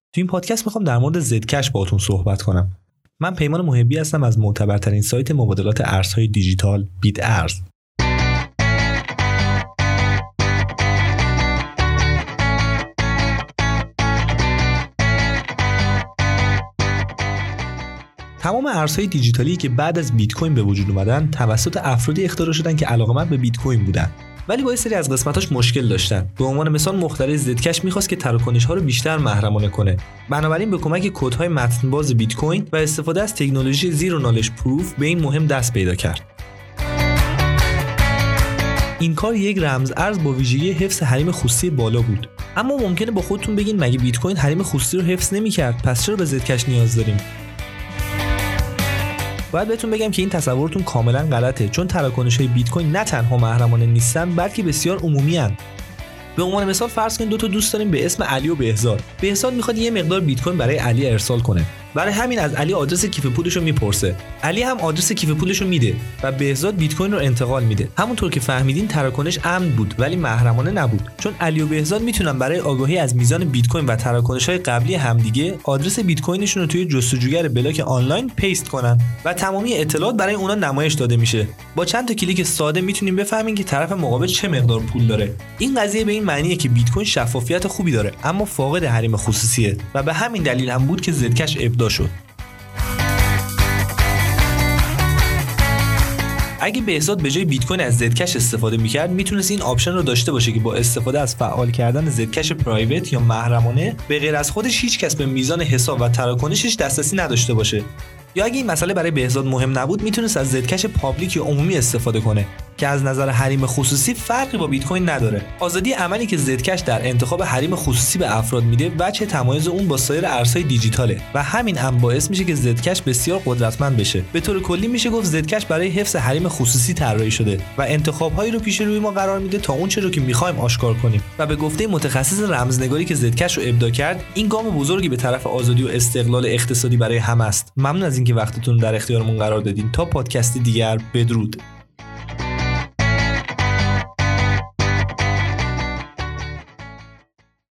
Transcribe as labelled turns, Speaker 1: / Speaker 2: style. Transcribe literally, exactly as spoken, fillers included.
Speaker 1: تو این پادکست میخوام در مورد زدکش باهاتون صحبت کنم. من پیمان محبی هستم از معتبرترین سایت مبادلات ارزهای دیجیتال بیت ارز. تمام ارزهای دیجیتالی که بعد از بیت کوین به وجود اومدن توسط افرادی اختراع شدن که علاقه‌مند به بیت کوین بودن، ولی با یه سری از قسمتاش مشکل داشتن. به عنوان مثال مخترع زدکش می‌خواست که تراکنش‌ها رو بیشتر محرمانه کنه. بنابراین به کمک کدهای متن‌باز بیت کوین و استفاده از تکنولوژی زیرو نالج پروف به این مهم دست پیدا کرد. این کار یک رمز ارز با ویژگی حفظ حریم خصوصی بالا بود. اما ممکنه با خودتون بگین مگه بیت کوین حریم خصوصی رو حفظ نمی‌کرد؟ پس چرا به زدکش نیاز داریم؟ باید بهتون بگم که این تصورتون کاملا غلطه، چون تراکنش‌های بیت کوین نه تنها محرمانه نیستن بلکه بسیار عمومی ان. به عنوان مثال فرض کنید دو تا دوست داریم به اسم علی و بهزاد. بهزاد میخواد یه مقدار بیت کوین برای علی ارسال کنه. برای همین از علی آدرس کیف پولش رو میپرسه. علی هم آدرس کیف پولش رو میده و بهزاد بیت کوین رو انتقال میده. همونطور که فهمیدین تراکنش امن بود ولی محرمانه نبود، چون علی و بهزاد میتونن برای آگاهی از میزان بیت کوین و تراکنش‌های قبلی همدیگه آدرس بیت کوینشون رو توی جستجوگر بلاک آنلاین پیست کنن و تمامی اطلاعات برای اونا نمایش داده میشه. با چند تا کلیک ساده میتونیم بفهمیم که طرف مقابل چه مقدار پول داره. این قضیه به این معنیه که بیت کوین شفافیت خوبی داره اما فاقد حریم خصوصیه و به همین دلیل هم بود که زدکش ابداع شد. اگه بهزاد به جای بیت کوین از زدکش استفاده میکرد میتونست این آپشن رو داشته باشه که با استفاده از فعال کردن زدکش پرایوت یا محرمانه به غیر از خودش هیچ کس به میزان حساب و تراکنشش دسترسی نداشته باشه. یا اگه این مسئله برای بهزاد مهم نبود میتونست از زدکش پابلیک یا عمومی استفاده کنه که از نظر حریم خصوصی فرقی با بیت کوین نداره. آزادی عملی که زدکش در انتخاب حریم خصوصی به افراد میده وجه تمایز اون با سایر ارزهای دیجیتاله و همین هم باعث میشه که زدکش بسیار قدرتمند بشه. به طور کلی میشه گفت زدکش برای حفظ حریم خصوصی طراحی شده و انتخاب‌هایی رو پیش روی ما قرار میده تا اون چه رو که می‌خوایم آشکار کنیم. و به گفته متخصص رمزنگاری که زدکش رو ابداع کرد، این گام بزرگی به طرف آزادی و استقلال اقتصادی برای همه است. ممنون از اینکه وقتتون در اختیارمون قرار دادین. تا پادکست دیگر، بدرود.